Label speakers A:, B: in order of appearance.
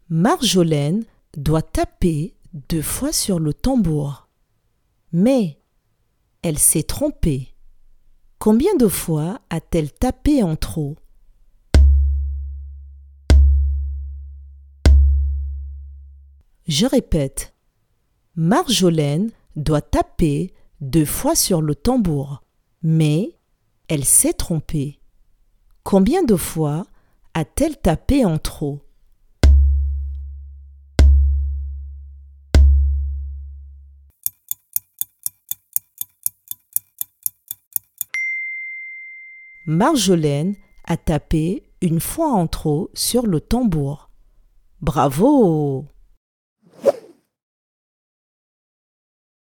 A: Marjolaine doit taper 2 fois sur le tambour. Mais elle s'est trompée. Combien de fois a-t-elle tapé en trop? Je répète. Marjolaine doit taper 2 fois sur le tambour. Mais elle s'est trompée. Combien de fois a-t-elle tapé en trop? Marjolaine a tapé 1 fois en trop sur le tambour. Bravo!